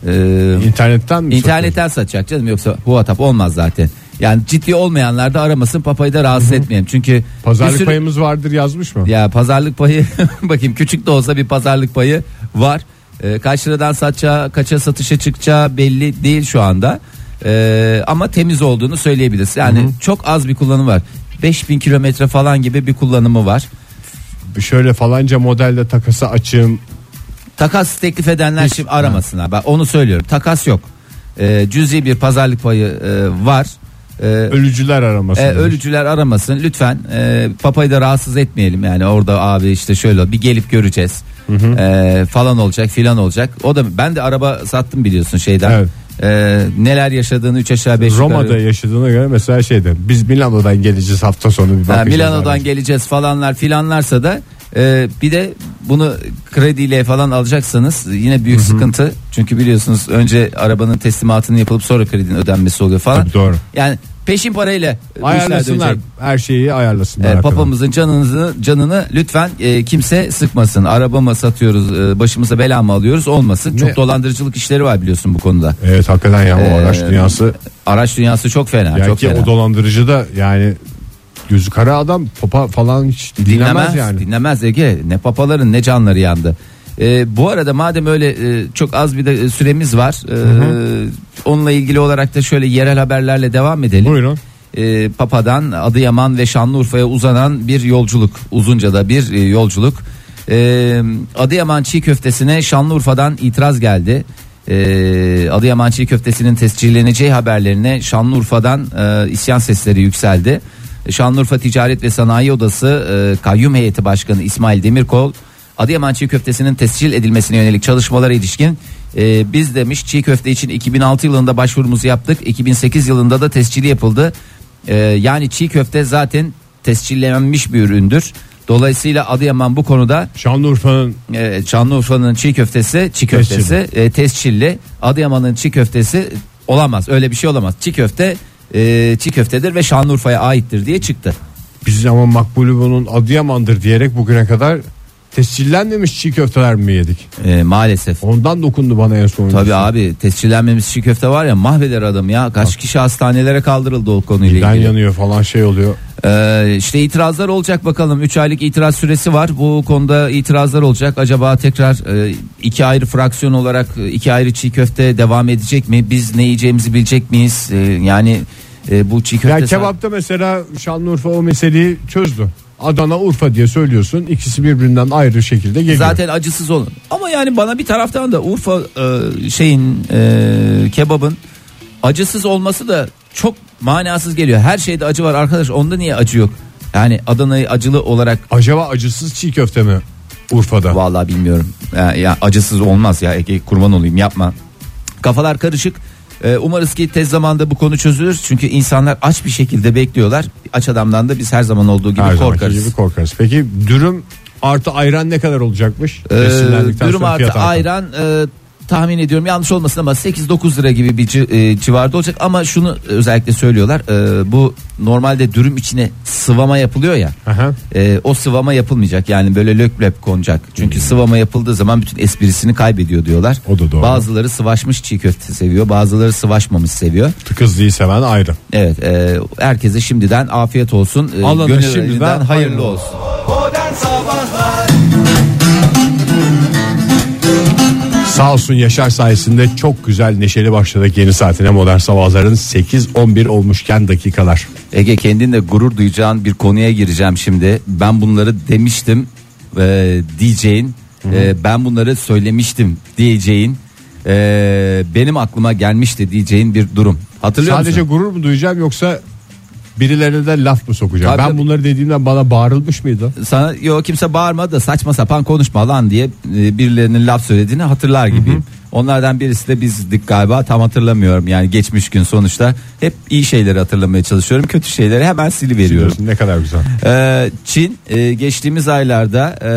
Speaker 3: Ee, internetten mi?
Speaker 4: İnternetten satacak canım, yoksa huatap olmaz zaten. Yani ciddi olmayanlar da aramasın, Papa'yı da rahatsız Hı-hı. etmeyelim. Çünkü
Speaker 3: pazarlık sürü... payımız vardır yazmış mı?
Speaker 4: Ya pazarlık payı bakayım, küçük de olsa bir pazarlık payı var. Ee, kaç liradan satacağı, kaça satışa çıkacağı belli değil şu anda. Ee, ama temiz olduğunu söyleyebiliriz. Yani Hı-hı. çok az bir kullanımı var. beş bin kilometre falan gibi bir kullanımı var.
Speaker 3: Şöyle falanca modelde takası açığım.
Speaker 4: Takas teklif edenler Hiç, şimdi aramasınlar. Ben onu söylüyorum. Takas yok. Ee, cüzi bir pazarlık payı e, var.
Speaker 3: Ee, ölücüler aramasın.
Speaker 4: E, ölücüler aramasın lütfen. E, Papa'yı da rahatsız etmeyelim yani, orada abi işte şöyle bir gelip göreceğiz. Hı hı. E, falan olacak filan olacak. O da, ben de araba sattım biliyorsun şeyden. Evet. E, neler yaşadığını üç aşağı beş yukarı.
Speaker 3: Roma'da yaşadığına göre mesela şeyde biz Milano'dan geleceğiz hafta sonu bir bakacağız. Ha,
Speaker 4: Milano'dan
Speaker 3: aracı.
Speaker 4: geleceğiz falanlar filanlarsa da e, bir de bunu krediyle falan alacaksanız yine büyük Hı-hı. sıkıntı. Çünkü biliyorsunuz önce arabanın teslimatının yapılıp sonra kredinin ödenmesi oluyor falan.
Speaker 3: Tabii, doğru.
Speaker 4: Yani peşin parayla
Speaker 3: ayarlasınlar, her şeyi ayarlasınlar.
Speaker 4: E, papamızın canınızı canını lütfen e, kimse sıkmasın. Araba mı satıyoruz, e, başımıza bela mı alıyoruz olmasın. Ne? Çok dolandırıcılık işleri var biliyorsun bu konuda.
Speaker 3: Evet hakikaten ya, o ee, araç dünyası.
Speaker 4: Araç dünyası çok fena.
Speaker 3: Yani
Speaker 4: çok
Speaker 3: ki
Speaker 4: fena.
Speaker 3: O dolandırıcı da yani gözü kara adam, papa falan hiç dinlemez, dinlemez yani.
Speaker 4: Dinlemez Ege, ne papaların ne canları yandı. Ee, bu arada madem öyle e, çok az bir de süremiz var, e, onunla ilgili olarak da şöyle yerel haberlerle devam edelim.
Speaker 3: Buyurun.
Speaker 4: E, Papa'dan Adıyaman ve Şanlıurfa'ya uzanan bir yolculuk, uzunca da bir e, yolculuk. E, Adıyaman çiğ köftesine Şanlıurfa'dan itiraz geldi. E, Adıyaman çiğ köftesinin tescilleneceği haberlerine Şanlıurfa'dan e, isyan sesleri yükseldi. Şanlıurfa Ticaret ve Sanayi Odası e, Kayyum Heyeti Başkanı İsmail Demirkol, Adıyaman çiğ köftesinin tescil edilmesine yönelik çalışmalara ilişkin e, biz demiş çiğ köfte için iki bin altı yılında başvurumuzu yaptık. iki bin sekiz yılında da tescili yapıldı. E, yani çiğ köfte zaten tescillenmiş bir üründür. Dolayısıyla Adıyaman bu konuda
Speaker 3: Şanlıurfa'nın
Speaker 4: e, Şanlıurfa'nın çiğ köftesi çiğ köftesi e, tescilli. Adıyaman'ın çiğ köftesi olamaz. Öyle bir şey olamaz. Çiğ köfte e, çiğ köftedir ve Şanlıurfa'ya aittir diye çıktı.
Speaker 3: Biz ama makbulü bunun Adıyaman'dır diyerek bugüne kadar tescillenmemiş çiğ köfteler mi yedik?
Speaker 4: E, maalesef.
Speaker 3: Ondan dokundu bana en son.
Speaker 4: Tabii abi, tescillenmemiş çiğ köfte var ya, mahveder adam ya. Kaç Bak. kişi hastanelere kaldırıldı o konuyla ilgili.
Speaker 3: Birden yanıyor falan, şey oluyor.
Speaker 4: Ee, işte itirazlar olacak bakalım. üç aylık itiraz süresi var. Bu konuda itirazlar olacak. Acaba tekrar e, iki ayrı fraksiyon olarak iki ayrı çiğ köfte devam edecek mi? Biz ne yiyeceğimizi bilecek miyiz? E, yani e, bu çiğ köfte...
Speaker 3: Ya kebapta mesela Şanlıurfa o meseleyi çözdü. Adana, Urfa diye söylüyorsun. İkisi birbirinden ayrı şekilde geliyor.
Speaker 4: Zaten acısız olun. Ama yani bana bir taraftan da Urfa e, şeyin e, kebabın acısız olması da çok manasız geliyor. Her şeyde acı var arkadaş. Onda niye acı yok? Yani Adana'yı acılı olarak.
Speaker 3: Acaba acısız çiğ köfte mi Urfa'da?
Speaker 4: Vallahi bilmiyorum. Ya, ya acısız olmaz ya Ege, kurban olayım, yapma. Kafalar karışık. Ee, umarız ki tez zamanda bu konu çözülür. Çünkü insanlar aç bir şekilde bekliyorlar. Aç adamdan da biz her zaman olduğu gibi
Speaker 3: her
Speaker 4: korkarız.
Speaker 3: gibi korkarız. Peki dürüm artı ayran ne kadar olacakmış?
Speaker 4: Ee, dürüm artı ayran e, tahmin ediyorum, yanlış olmasın ama sekiz dokuz lira gibi bir e, civarda olacak. Ama şunu özellikle söylüyorlar, e, bu normalde dürüm içine sıvama yapılıyor ya, e, o sıvama yapılmayacak, yani böyle lök lök konacak. Çünkü hmm. sıvama yapıldığı zaman bütün esprisini kaybediyor diyorlar.
Speaker 3: O da doğru.
Speaker 4: Bazıları sıvaşmış çiğ köfte seviyor, bazıları sıvaşmamış seviyor.
Speaker 3: Tıkızlıyı seven ayrı.
Speaker 4: Evet, e, herkese şimdiden afiyet olsun, e,
Speaker 3: Allah'ın şimdiden
Speaker 4: hayırlı olsun.
Speaker 2: Modern Sabahlar.
Speaker 3: Sağ olsun Yaşar sayesinde çok güzel neşeli başladık yeni saatine Modern Sabahların. Sekiz on bir olmuşken dakikalar.
Speaker 4: Ege, kendinle gurur duyacağın bir konuya gireceğim şimdi. Ben bunları demiştim e, diyeceğin, e, ben bunları söylemiştim diyeceğin, e, benim aklıma gelmişti diyeceğin bir durum. Hatırlıyor
Speaker 3: Sadece
Speaker 4: musun?
Speaker 3: Sadece gurur mu duyacağım yoksa birilerine de laf mı sokacağım?
Speaker 4: Tabii,
Speaker 3: ben bunları dediğimden bana bağırılmış mıydı?
Speaker 4: Sana yok, kimse bağırmadı da saçma sapan konuşma lan diye e, birilerinin laf söylediğini hatırlar gibiyim. Hı hı. Onlardan birisi de bizdik galiba, tam hatırlamıyorum. Yani geçmiş gün sonuçta hep iyi şeyleri hatırlamaya çalışıyorum. Kötü şeyleri hemen siliveriyorum.
Speaker 3: Ne kadar güzel.
Speaker 4: Ee, Çin e, geçtiğimiz aylarda e,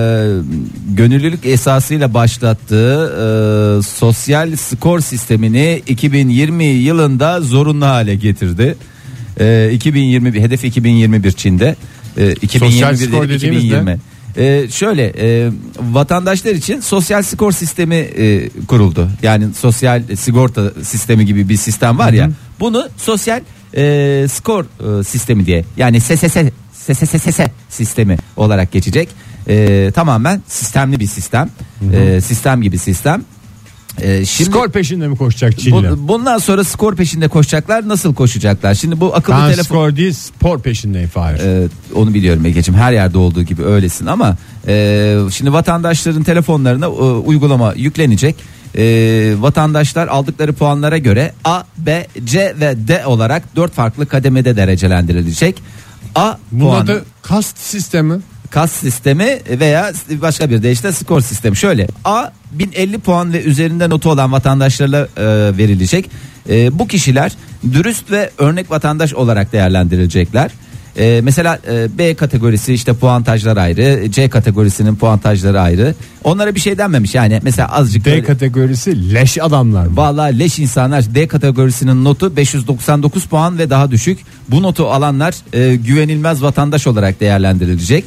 Speaker 4: gönüllülük esasıyla başlattığı e, sosyal skor sistemini iki bin yirmi yılında zorunlu hale getirdi. E, iki bin yirmi bir hedef iki bin yirmi bir Çin'de. E, iki bin yirmi bir
Speaker 3: skor
Speaker 4: iki bin yirmi. Ee, şöyle e, vatandaşlar için sosyal skor sistemi e, kuruldu. Yani sosyal sigorta sistemi gibi bir sistem var ya. Hı hı. Bunu sosyal e, skor e, sistemi diye, yani S S S S S S S sistemi olarak geçecek. E, tamamen sistemli bir sistem. E, sistem gibi sistem. Ee, şimdi,
Speaker 3: skor peşinde mi koşacak Çinli?
Speaker 4: Bu, bundan sonra skor peşinde koşacaklar. Nasıl koşacaklar? Şimdi bu akıllı
Speaker 3: ben
Speaker 4: telefon.
Speaker 3: Skor değil, spor peşindeyim Fahir.
Speaker 4: Ee, onu biliyorum Ege'ciğim, her yerde olduğu gibi öylesin ama e, şimdi vatandaşların telefonlarına e, uygulama yüklenecek. E, vatandaşlar aldıkları puanlara göre A, B, C ve D olarak dört farklı kademede derecelendirilecek. A
Speaker 3: Bunun
Speaker 4: puanı,
Speaker 3: adı kast sistemi.
Speaker 4: Kas sistemi veya başka bir deyişle skor sistemi. Şöyle, A bin elli puan ve üzerinde notu olan vatandaşlarla e, verilecek. E, bu kişiler dürüst ve örnek vatandaş olarak değerlendirilecekler. E, mesela e, B kategorisi işte puantajlar ayrı, C kategorisinin puantajları ayrı. Onlara bir şey denmemiş yani, mesela azıcık.
Speaker 3: D
Speaker 4: böyle,
Speaker 3: kategorisi leş adamlar mı?
Speaker 4: Vallahi leş insanlar. D kategorisinin notu beş yüz doksan dokuz puan ve daha düşük. Bu notu alanlar e, güvenilmez vatandaş olarak değerlendirilecek.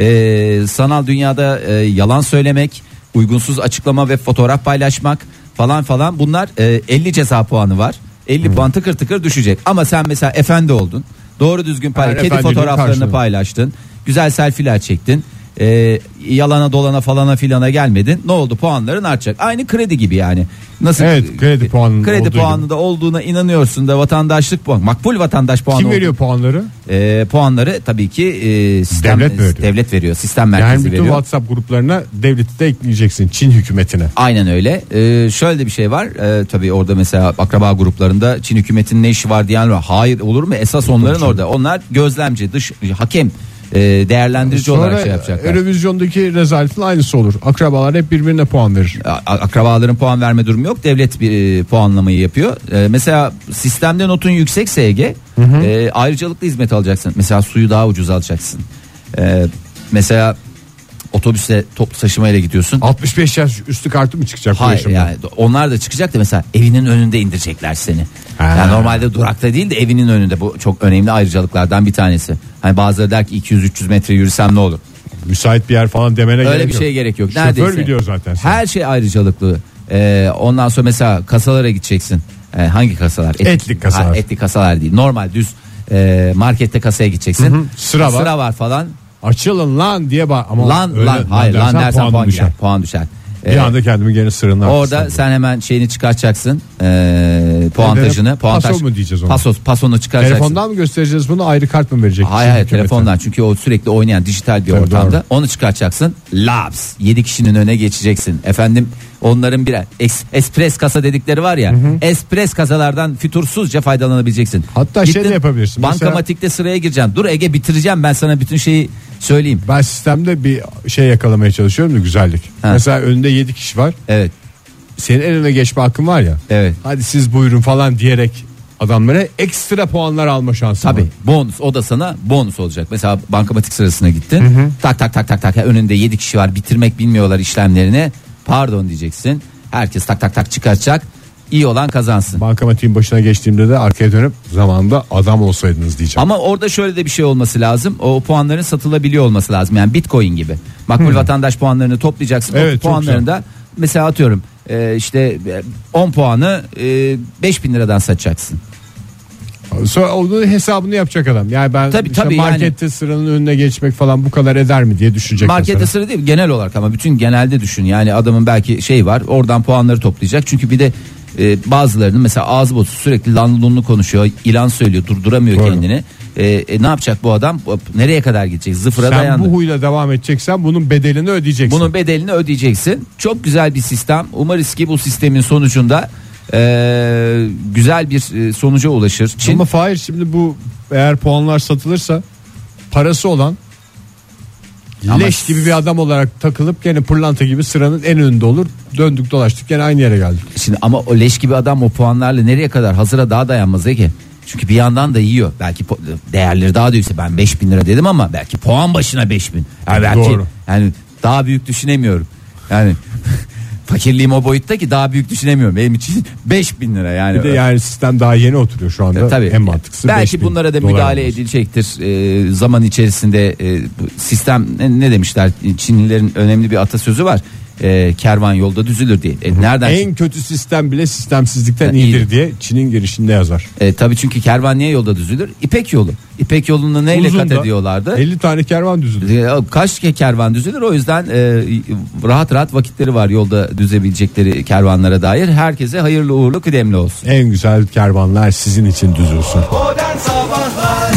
Speaker 4: Ee, sanal dünyada e, yalan söylemek, uygunsuz açıklama ve fotoğraf paylaşmak falan falan, bunlar e, elli ceza puanı var. elli hmm. puan tıkır tıkır düşecek. Ama sen mesela efendi oldun, doğru düzgün pay- kedi fotoğraflarını karşılığı. paylaştın, güzel selfie'ler çektin, e, yalana dolana falana filana gelmedin, ne oldu? Puanların artacak. Aynı kredi gibi yani. Nasıl?
Speaker 3: Evet, kredi puanının
Speaker 4: kredi puanı da olduğuna inanıyorsun da vatandaşlık puan, makbul vatandaş puanı.
Speaker 3: Kim veriyor
Speaker 4: oldu.
Speaker 3: puanları?
Speaker 4: E, puanları tabii ki e, sistem,
Speaker 3: devlet veriyor.
Speaker 4: devlet veriyor. Sistem merkezi
Speaker 3: yani bütün
Speaker 4: veriyor.
Speaker 3: WhatsApp gruplarına devleti de ekleyeceksin, Çin hükümetine.
Speaker 4: Aynen öyle. E, şöyle de bir şey var. E, tabii orada mesela akraba gruplarında Çin hükümetinin ne işi var diyen var. Hayır, olur mu? Esas onların orada. Onlar gözlemci, dış hakem, e, değerlendirici
Speaker 3: Sonra
Speaker 4: olarak şey yapacaklar.
Speaker 3: Eurovizyondaki rezaletin aynısı olur. Akrabalar hep birbirine puan verir.
Speaker 4: A- akrabaların puan verme durumu yok. Devlet bir e, puanlamayı yapıyor. E, mesela sistemde notun yüksekse Ege, e, ayrıcalıklı hizmet alacaksın. Mesela suyu daha ucuz alacaksın. E, mesela otobüsle toplu taşımayla gidiyorsun.
Speaker 3: altmış beş yaş üstü kartı mı çıkacak?
Speaker 4: Hayır yani onlar da çıkacak da mesela evinin önünde indirecekler seni. Yani normalde durakta değil de evinin önünde, bu çok önemli ayrıcalıklardan bir tanesi. Hani bazıları der ki iki yüz üç yüz metre yürüsem ne olur?
Speaker 3: Müsait bir yer falan demene gerek yok.
Speaker 4: Öyle bir şeye gerek yok.
Speaker 3: Şoför
Speaker 4: Neredeyse.
Speaker 3: biliyor zaten. Sen.
Speaker 4: Her şey ayrıcalıklı. Ee, ondan sonra mesela kasalara gideceksin. Ee, hangi kasalar?
Speaker 3: Et, etlik kasalar.
Speaker 4: Ha, etlik kasalar değil. Normal düz e, markette kasaya gideceksin. Hı hı.
Speaker 3: Sıra var.
Speaker 4: Sıra var falan.
Speaker 3: Açılın lan diye bak. Ama
Speaker 4: lan
Speaker 3: öyle,
Speaker 4: lan hayır lan dersen,
Speaker 3: puan,
Speaker 4: puan
Speaker 3: düşer.
Speaker 4: gider, puan düşer.
Speaker 3: Bir
Speaker 4: Ee,
Speaker 3: anda kendimi gene sıranın
Speaker 4: Orada
Speaker 3: arkasına
Speaker 4: sen hemen şeyini çıkartacaksın. E, puantajını.
Speaker 3: Paso
Speaker 4: Puantaj,
Speaker 3: mu diyeceğiz ona?
Speaker 4: Pasos, pasonu çıkaracaksın.
Speaker 3: Telefondan mı göstereceğiz bunu, ayrı kart mı verecek?
Speaker 4: Hayır hayır
Speaker 3: hükümete?
Speaker 4: telefondan, çünkü o sürekli oynayan dijital bir
Speaker 3: Tabii,
Speaker 4: ortamda.
Speaker 3: doğru.
Speaker 4: Onu çıkartacaksın. Labs. yedi kişinin önüne geçeceksin. Efendim onların birer es, espres kasa dedikleri var ya. Hı hı. Espres kasalardan fütursuzca faydalanabileceksin.
Speaker 3: Hatta şey de yapabilirsin.
Speaker 4: Bankamatikte sıraya gireceksin. Dur Ege, bitireceğim ben sana bütün şeyi söyleyeyim.
Speaker 3: Ben sistemde bir şey yakalamaya çalışıyorum da güzellik.
Speaker 4: Ha.
Speaker 3: Mesela önünde yedi kişi var.
Speaker 4: Evet.
Speaker 3: Senin en öne geçme hakkın var ya.
Speaker 4: Evet.
Speaker 3: Hadi siz buyurun falan diyerek adamlara ekstra puanlar alma şansı
Speaker 4: Tabii
Speaker 3: var.
Speaker 4: bonus, o da sana bonus olacak. Mesela bankamatik sırasına gittin. Hı hı. Tak tak tak tak tak önünde yedi kişi var, bitirmek bilmiyorlar işlemlerini. Pardon diyeceksin. Herkes tak tak tak çıkaracak. İyi olan kazansın.
Speaker 3: Bankamatiğin başına geçtiğimde de arkaya dönüp zamanında adam olsaydınız diyeceğim.
Speaker 4: Ama orada şöyle de bir şey olması lazım. O puanların satılabiliyor olması lazım. Yani Bitcoin gibi. Makbul vatandaş puanlarını toplayacaksın.
Speaker 3: Evet,
Speaker 4: o puanlarını da mesela atıyorum e, işte on puanı e, beş bin liradan satacaksın.
Speaker 3: Sonra onun hesabını yapacak adam. Yani ben
Speaker 4: Tabii,
Speaker 3: işte
Speaker 4: tabii
Speaker 3: markette
Speaker 4: yani.
Speaker 3: Sıranın önüne geçmek falan bu kadar eder mi diye düşünecek.
Speaker 4: Markette
Speaker 3: mesela.
Speaker 4: sıra değil genel olarak, ama bütün genelde düşün. Yani adamın belki şey var, oradan puanları toplayacak. Çünkü bir de e, bazılarının mesela ağzı bozuk, sürekli lan lunlu konuşuyor, ilan söylüyor, durduramıyor
Speaker 3: Doğru.
Speaker 4: kendini. E, e, ne yapacak bu adam? Nereye kadar gidecek? Zıfıra
Speaker 3: Sen
Speaker 4: dayandı.
Speaker 3: bu huyla devam edeceksen bunun bedelini ödeyeceksin.
Speaker 4: Bunun bedelini ödeyeceksin. Çok güzel bir sistem. Umarız ki bu sistemin sonucunda e, güzel bir e, sonuca ulaşır. Çin,
Speaker 3: Ama Fahir, şimdi bu eğer puanlar satılırsa parası olan
Speaker 4: Ama
Speaker 3: leş gibi bir adam olarak takılıp gene pırlanta gibi sıranın en önünde olur. Döndük dolaştık gene aynı yere geldik.
Speaker 4: şimdi ama o leş gibi adam o puanlarla nereye kadar, hazıra daha dayanmaz Ege. Çünkü bir yandan da yiyor. Belki po- değerleri daha da yüksek. Ben beş bin lira dedim ama belki puan başına beş bin. Yani belki
Speaker 3: Doğru.
Speaker 4: yani daha büyük düşünemiyorum. Yani fakirliğim o boyutta ki daha büyük düşünemiyorum. Benim için beş bin lira yani.
Speaker 3: Bir de yani sistem daha yeni oturuyor şu anda.
Speaker 4: E, tabii.
Speaker 3: En mantıklısı beş
Speaker 4: Belki
Speaker 3: bin
Speaker 4: bunlara da
Speaker 3: dolar
Speaker 4: müdahale
Speaker 3: olması.
Speaker 4: edilecektir. E, zaman içerisinde e, bu sistem ne, ne demişler? Çinlilerin önemli bir atasözü var. E, kervan yolda düzülür diye. E, nereden?
Speaker 3: En kötü sistem bile sistemsizlikten
Speaker 4: Ha,
Speaker 3: iyidir
Speaker 4: iyidir.
Speaker 3: diye Çin'in girişinde yazar.
Speaker 4: E, tabii çünkü kervan niye yolda düzülür? İpek yolu. İpek yolunu neyle
Speaker 3: Uzun
Speaker 4: kat
Speaker 3: da
Speaker 4: ediyorlardı?
Speaker 3: elli tane kervan düzülür.
Speaker 4: E, Kaç ke- kervan düzülür, o yüzden e, rahat rahat vakitleri var yolda düzebilecekleri kervanlara dair. Herkese hayırlı uğurlu kıdemli olsun.
Speaker 3: En güzel kervanlar sizin için düzülsün.
Speaker 2: Modern Sabahlar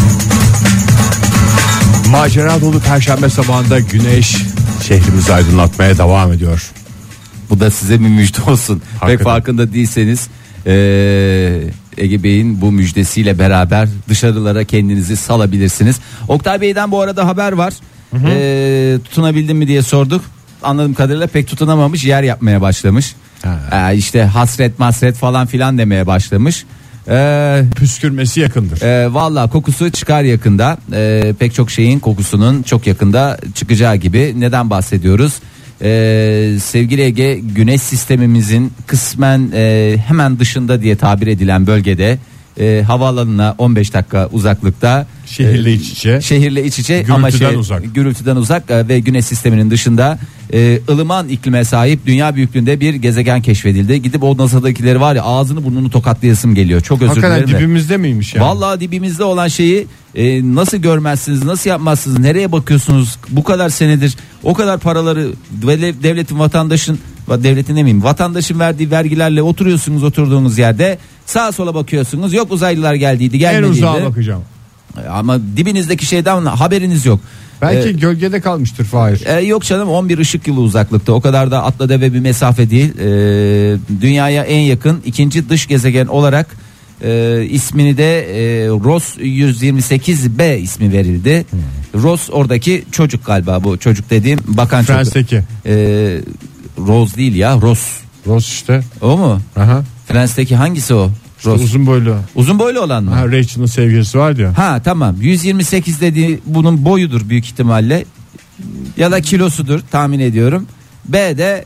Speaker 3: Macera dolu perşembe sabahında güneş şehrimizi aydınlatmaya devam ediyor.
Speaker 4: Bu da size bir müjde olsun. Pek
Speaker 3: Hakikaten.
Speaker 4: farkında değilseniz e, Ege Bey'in bu müjdesiyle beraber dışarılara kendinizi salabilirsiniz. Oktay Bey'den bu arada haber var. E, tutunabildin mi diye sorduk. Anladığım kadarıyla pek tutunamamış, yer yapmaya başlamış. E, işte hasret masret falan filan demeye başlamış. E,
Speaker 3: Püskürmesi yakındır.
Speaker 4: E, Valla kokusu çıkar yakında. E, pek çok şeyin kokusunun çok yakında çıkacağı gibi. Neden bahsediyoruz? E, sevgili Ege, güneş sistemimizin kısmen e, hemen dışında diye tabir edilen bölgede, e, havaalanına on beş dakika uzaklıkta,
Speaker 3: Şehirle
Speaker 4: e,
Speaker 3: iç içe.
Speaker 4: şehirle iç içe
Speaker 3: Gürültüden
Speaker 4: ama şey,
Speaker 3: uzak.
Speaker 4: gürültüden uzak e, ve güneş sisteminin dışında e, ılıman iklime sahip dünya büyüklüğünde bir gezegen keşfedildi. Gidip o NASA'dakileri var ya, ağzını burnunu tokatlayasım geliyor. Çok özür
Speaker 3: Hakikaten
Speaker 4: dilerim de.
Speaker 3: dibimizde miymiş yani?
Speaker 4: Vallahi dibimizde olan şeyi e, nasıl görmezsiniz, nasıl yapmazsınız, nereye bakıyorsunuz bu kadar senedir, o kadar paraları ve devletin, vatandaşın, devletin demeyeyim, vatandaşın verdiği vergilerle oturuyorsunuz oturduğunuz yerde, sağa sola bakıyorsunuz, yok uzaylılar geldiydi
Speaker 3: En
Speaker 4: gelmediydi,
Speaker 3: uzağa bakacağım.
Speaker 4: ama dibinizdeki şeyden haberiniz yok.
Speaker 3: Belki
Speaker 4: Ee,
Speaker 3: gölgede kalmıştır Fahir.
Speaker 4: e, yok canım, on bir ışık yılı uzaklıkta, o kadar da atla deve bir mesafe değil. E, dünyaya en yakın ikinci dış gezegen olarak e, ismini de e, Ross yüz yirmi sekiz b ismi verildi. Hmm. Ross oradaki çocuk galiba, bu çocuk dediğim bakan çocuk.
Speaker 3: Fransa'daki.
Speaker 4: E, Rose değil ya, Ross.
Speaker 3: Ross işte.
Speaker 4: O mu?
Speaker 3: Aha.
Speaker 4: Fransa'daki hangisi o?
Speaker 3: İşte
Speaker 4: Ross.
Speaker 3: uzun boylu.
Speaker 4: Uzun boylu olan mı?
Speaker 3: Ha, Rachel'ın sevgilisi vardı ya.
Speaker 4: Ha tamam, yüz yirmi sekiz dediği bunun boyudur büyük ihtimalle, ya da kilosudur tahmin ediyorum. B de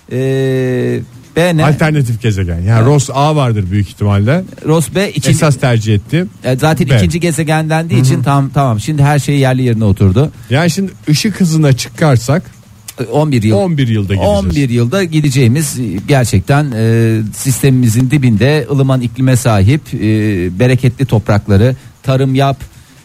Speaker 4: e, B ne?
Speaker 3: Alternatif gezegen. Yani Ross A vardır büyük ihtimalle.
Speaker 4: Ross B ikinci,
Speaker 3: Esas tercih etti.
Speaker 4: e, zaten
Speaker 3: B.
Speaker 4: ikinci gezegen dendiği için tam tamam, şimdi her şey yerli yerine oturdu.
Speaker 3: Yani şimdi ışık hızına çıkarsak
Speaker 4: E, on bir yıl.
Speaker 3: on bir yılda gideceğiz.
Speaker 4: on bir yılda gideceğimiz, e, gerçekten e, sistemimizin dibinde ılıman iklime sahip, e, bereketli toprakları, tarım yap,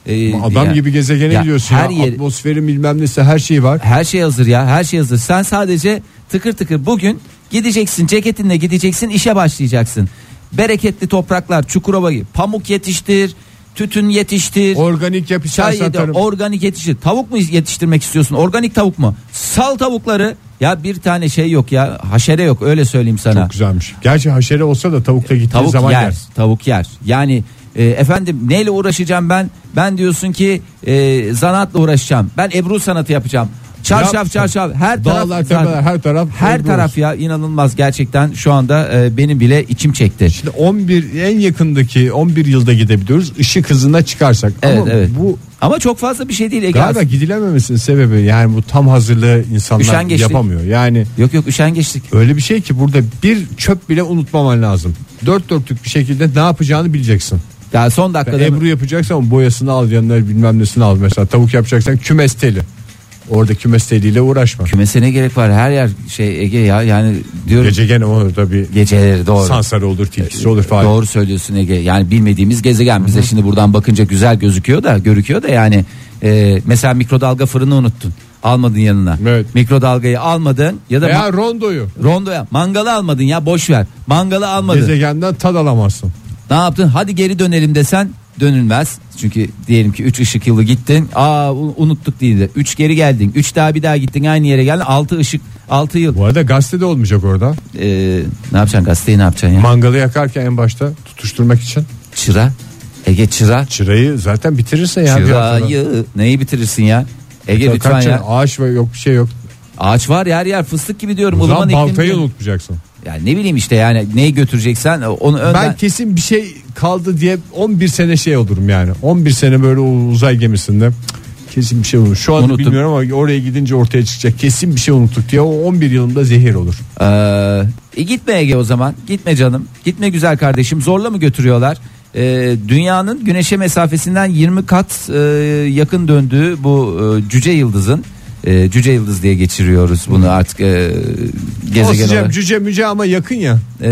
Speaker 4: Ee,
Speaker 3: Adam
Speaker 4: ya,
Speaker 3: gibi gezegene
Speaker 4: ya
Speaker 3: gidiyorsun
Speaker 4: her
Speaker 3: ya.
Speaker 4: yer,
Speaker 3: Atmosferi bilmem nesi her şey var.
Speaker 4: her şey hazır ya, her şey hazır. Sen sadece tıkır tıkır bugün gideceksin, ceketinle gideceksin, işe başlayacaksın. Bereketli topraklar, Çukurova'yı, pamuk yetiştir, tütün yetiştir.
Speaker 3: Organik yap
Speaker 4: Çay
Speaker 3: istersen
Speaker 4: yedi,
Speaker 3: tarım.
Speaker 4: organik yetiştir. Tavuk mu yetiştirmek istiyorsun? Organik tavuk mu? Sal tavukları. Ya bir tane şey yok ya. Haşere yok, öyle söyleyeyim sana.
Speaker 3: Çok güzelmiş. Gerçi haşere olsa da tavukta gittiği
Speaker 4: Tavuk
Speaker 3: zaman
Speaker 4: yer,
Speaker 3: yer.
Speaker 4: tavuk yer. Yani e, efendim neyle uğraşacağım ben? Ben diyorsun ki e, zanaatla uğraşacağım. Ben Ebru sanatı yapacağım. Çarşaf
Speaker 3: Yap.
Speaker 4: çarşaf her
Speaker 3: Dağlar,
Speaker 4: taraf
Speaker 3: tepeler, her taraf.
Speaker 4: her
Speaker 3: Ebru
Speaker 4: taraf
Speaker 3: olsun.
Speaker 4: ya, inanılmaz gerçekten şu anda e, benim bile içim çekti.
Speaker 3: Şimdi on bir en yakındaki on bir yılda gidebiliyoruz. Işık hızına çıkarsak.
Speaker 4: Evet,
Speaker 3: Ama
Speaker 4: evet.
Speaker 3: bu
Speaker 4: Ama çok fazla bir şey değil Ege.
Speaker 3: galiba gidilememesinin sebebi yani bu tam hazırlığı insanlar
Speaker 4: Üşengeçlik.
Speaker 3: yapamıyor. Yani
Speaker 4: Yok yok, üşengeçlik.
Speaker 3: öyle bir şey ki burada bir çöp bile unutmaman lazım. Dört dörtlük bir şekilde ne yapacağını bileceksin.
Speaker 4: Ya son dakikada
Speaker 3: Yani Ebru yapacaksan boyasını al, yanına bilmem nesini al. Mesela tavuk yapacaksan kümes teli. Orada kümes teliyle uğraşma.
Speaker 4: kümese ne gerek var, her yer şey Ege ya, yani diyorum
Speaker 3: Gece gene orada bir
Speaker 4: geceleri doğru.
Speaker 3: sansarı olur, tilkisi olur falan.
Speaker 4: Doğru söylüyorsun Ege. Yani bilmediğimiz gezegen bize şimdi buradan bakınca güzel gözüküyor da görüküyor da yani e, mesela mikrodalga fırını unuttun. Almadın yanına.
Speaker 3: Evet.
Speaker 4: Mikrodalgayı almadın ya da
Speaker 3: Veya
Speaker 4: ma-
Speaker 3: rondoyu.
Speaker 4: rondoya, mangalı almadın ya, boş ver. Mangalı almadın.
Speaker 3: Gezegenden tad alamazsın.
Speaker 4: Ne yaptın? Hadi geri dönelim desen dönülmez. Çünkü diyelim ki üç ışık yılı gittin. Aa unuttuk değil. üç geri geldin. üç daha bir daha gittin, aynı yere geldin. altı ışık, altı yıl.
Speaker 3: Bu arada gazete de olmayacak orada.
Speaker 4: Ee, ne yapacaksın, gazeteyi ne yapacaksın ya?
Speaker 3: Mangalı yakarken en başta tutuşturmak için.
Speaker 4: Çıra. Ege çıra.
Speaker 3: Çırayı zaten bitirirse ya. bir haftada.
Speaker 4: Çırayı neyi bitirirsin ya? Ege
Speaker 3: Kaç
Speaker 4: lütfen
Speaker 3: tane
Speaker 4: ya.
Speaker 3: ağaç ve yok bir şey yok.
Speaker 4: Ağaç var yer yer, fıstık gibi diyorum.
Speaker 3: O zaman
Speaker 4: ılıman iklim
Speaker 3: baltayı
Speaker 4: diyorum.
Speaker 3: unutmayacaksın.
Speaker 4: Yani ne bileyim işte, yani neyi götüreceksen onu önden.
Speaker 3: Ben kesin bir şey kaldı diye on bir sene şey olurum yani. on bir sene böyle o uzay gemisinde cık, kesin bir şey olur. Şu an
Speaker 4: Unuttum.
Speaker 3: bilmiyorum ama oraya gidince ortaya çıkacak. Kesin bir şey unuttuk diye o on bir yılında zehir olur.
Speaker 4: Ee, e gitme Ege o zaman. Gitme canım. Gitme güzel kardeşim. Zorla mı götürüyorlar? Ee, dünyanın güneşe mesafesinden yirmi kat e, yakın döndüğü bu e, cüce yıldızın e, cüce yıldız diye geçiriyoruz bunu artık e, gezegen
Speaker 3: O sıcak
Speaker 4: olarak.
Speaker 3: cüce müce ama yakın ya.
Speaker 4: E,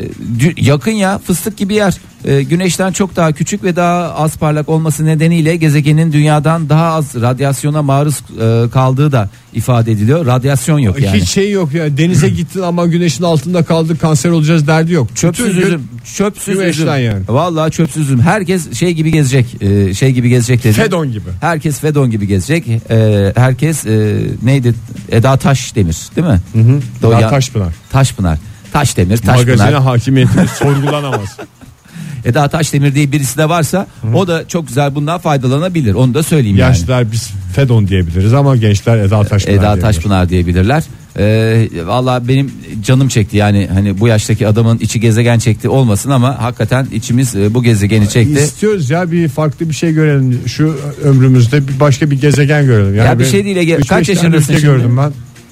Speaker 4: dü- yakın ya, fıstık gibi yer. E, güneşten çok daha küçük ve daha az parlak olması nedeniyle gezegenin dünyadan daha az radyasyona maruz e, kaldığı da ifade ediliyor. Radyasyon yok yani.
Speaker 3: Hiç şey yok ya. Denize gittin ama güneşin altında kaldık, kanser olacağız derdi yok.
Speaker 4: Çöpsüz
Speaker 3: Bütün gün
Speaker 4: üzüm, çöpsüz
Speaker 3: güneşten
Speaker 4: üzüm.
Speaker 3: yani.
Speaker 4: Vallahi çöpsüz üzüm. Herkes şey gibi gezecek, e, şey gibi gezecek dedi.
Speaker 3: Fedon gibi.
Speaker 4: Herkes Fedon gibi gezecek. E, herkes e, neydi? Eda Taşdemir, değil mi? Hı hı.
Speaker 3: Daha Taşpınar.
Speaker 4: Taşpınar. Taşdemir,
Speaker 3: Magazine
Speaker 4: Taşpınar.
Speaker 3: hakimiyetimiz sorgulanamaz.
Speaker 4: Eda Taşdemir diye birisi de varsa o da çok güzel bundan faydalanabilir. Onu da söyleyeyim yani.
Speaker 3: Yaşlılar biz Fedon diyebiliriz ama gençler Eda Taşpınar
Speaker 4: Eda
Speaker 3: diyebilir.
Speaker 4: Taşpınar diyebilirler. Ee, Valla benim canım çekti yani, hani bu yaştaki adamın içi gezegen çekti olmasın ama hakikaten içimiz e, bu gezegeni çekti.
Speaker 3: İstiyoruz ya, bir farklı bir şey görelim. Şu ömrümüzde bir başka bir gezegen görelim. Yani
Speaker 4: Ya bir
Speaker 3: ben
Speaker 4: şey değil Ege,
Speaker 3: üç
Speaker 4: kaç
Speaker 3: beş tane
Speaker 4: yaşındasın
Speaker 3: ülke
Speaker 4: şimdi?
Speaker 3: gördüm ben.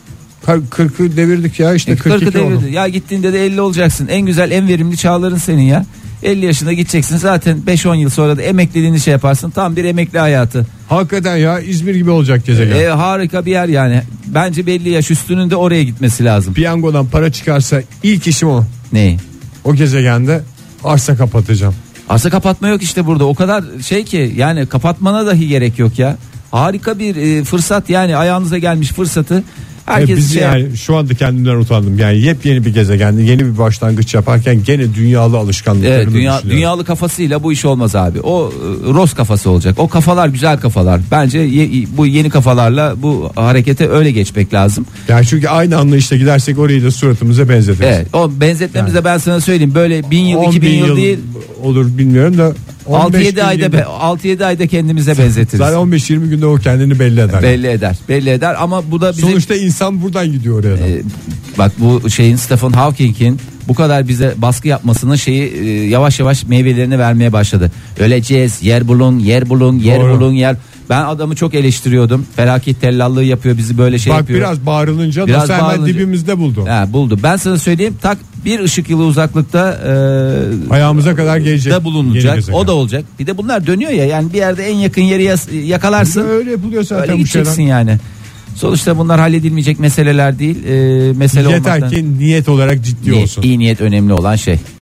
Speaker 3: kırkı devirdik ya işte
Speaker 4: E,
Speaker 3: kırk iki
Speaker 4: kırkı
Speaker 3: oldu.
Speaker 4: devirdi. Ya gittiğinde de elli olacaksın. En güzel, en verimli çağların senin ya. elli yaşında gideceksin zaten, beş on yıl sonra da emekliliğini şey yaparsın. Tam bir emekli hayatı.
Speaker 3: Hakikaten ya, İzmir gibi olacak gezegen.
Speaker 4: E, harika bir yer yani. Bence belli yaş üstünün de oraya gitmesi lazım.
Speaker 3: Piyangodan para çıkarsa ilk işim o.
Speaker 4: Neyi?
Speaker 3: O gezegende arsa kapatacağım.
Speaker 4: Arsa kapatma yok işte burada. O kadar şey ki yani, kapatmana dahi gerek yok ya. Harika bir e, fırsat yani, ayağınıza gelmiş fırsatı. Herkes
Speaker 3: Ve biz
Speaker 4: şey
Speaker 3: yani şu anda kendimden utandım. Yani yepyeni bir gezegende yeni bir başlangıç yaparken gene dünyalı alışkanlıklarımı
Speaker 4: Evet, dünya,
Speaker 3: düşünüyorum.
Speaker 4: dünyalı kafasıyla bu iş olmaz abi. O e, Ros kafası olacak. O kafalar güzel kafalar. Bence ye, bu yeni kafalarla bu harekete öyle geçmek lazım.
Speaker 3: Yani çünkü aynı anlayışla gidersek orayı da suratımıza benzetiriz.
Speaker 4: Evet, o benzetmemize
Speaker 3: Yani.
Speaker 4: ben sana söyleyeyim. Böyle bin yıl,
Speaker 3: on
Speaker 4: iki bin
Speaker 3: bin
Speaker 4: yıl değil.
Speaker 3: olur bilmiyorum da
Speaker 4: altı yedi ayda be- altı yedi ayda kendimize benzetiriz.
Speaker 3: Zaten on beş yirmi günde o kendini belli eder.
Speaker 4: Belli eder. Belli eder ama bu da bizim
Speaker 3: Sonuçta insan buradan gidiyor oraya da.
Speaker 4: Ee, bak bu şeyin, Stephen Hawking'in bu kadar bize baskı yapmasının şeyi e, yavaş yavaş meyvelerini vermeye başladı. Öleceğiz, yer bulun, yer bulun, yer
Speaker 3: Doğru.
Speaker 4: bulun, yer. Ben adamı çok eleştiriyordum. Felaket tellallığı yapıyor, bizi böyle şey
Speaker 3: Bak
Speaker 4: yapıyor.
Speaker 3: biraz bağırılınca
Speaker 4: Biraz
Speaker 3: nasıl hemen
Speaker 4: bağırılınca-
Speaker 3: dibimizde buldu.
Speaker 4: Ha, buldu. Ben sana söyleyeyim, tak bir ışık yılı uzaklıkta e,
Speaker 3: Ayağımıza kadar gelecek.
Speaker 4: da
Speaker 3: Yeni
Speaker 4: bulunacak.
Speaker 3: gezegen.
Speaker 4: O da olacak. Bir de bunlar dönüyor ya, yani bir yerde en yakın yeri yas- yakalarsın.
Speaker 3: Öyle yapılıyor zaten
Speaker 4: Öyle
Speaker 3: bu
Speaker 4: gideceksin
Speaker 3: şeyler.
Speaker 4: yani. Sonuçta bunlar halledilmeyecek meseleler değil. E, mesele
Speaker 3: Yeter
Speaker 4: olmaktan.
Speaker 3: ki niyet olarak ciddi
Speaker 4: Ni-
Speaker 3: olsun.
Speaker 4: İyi niyet önemli olan şey.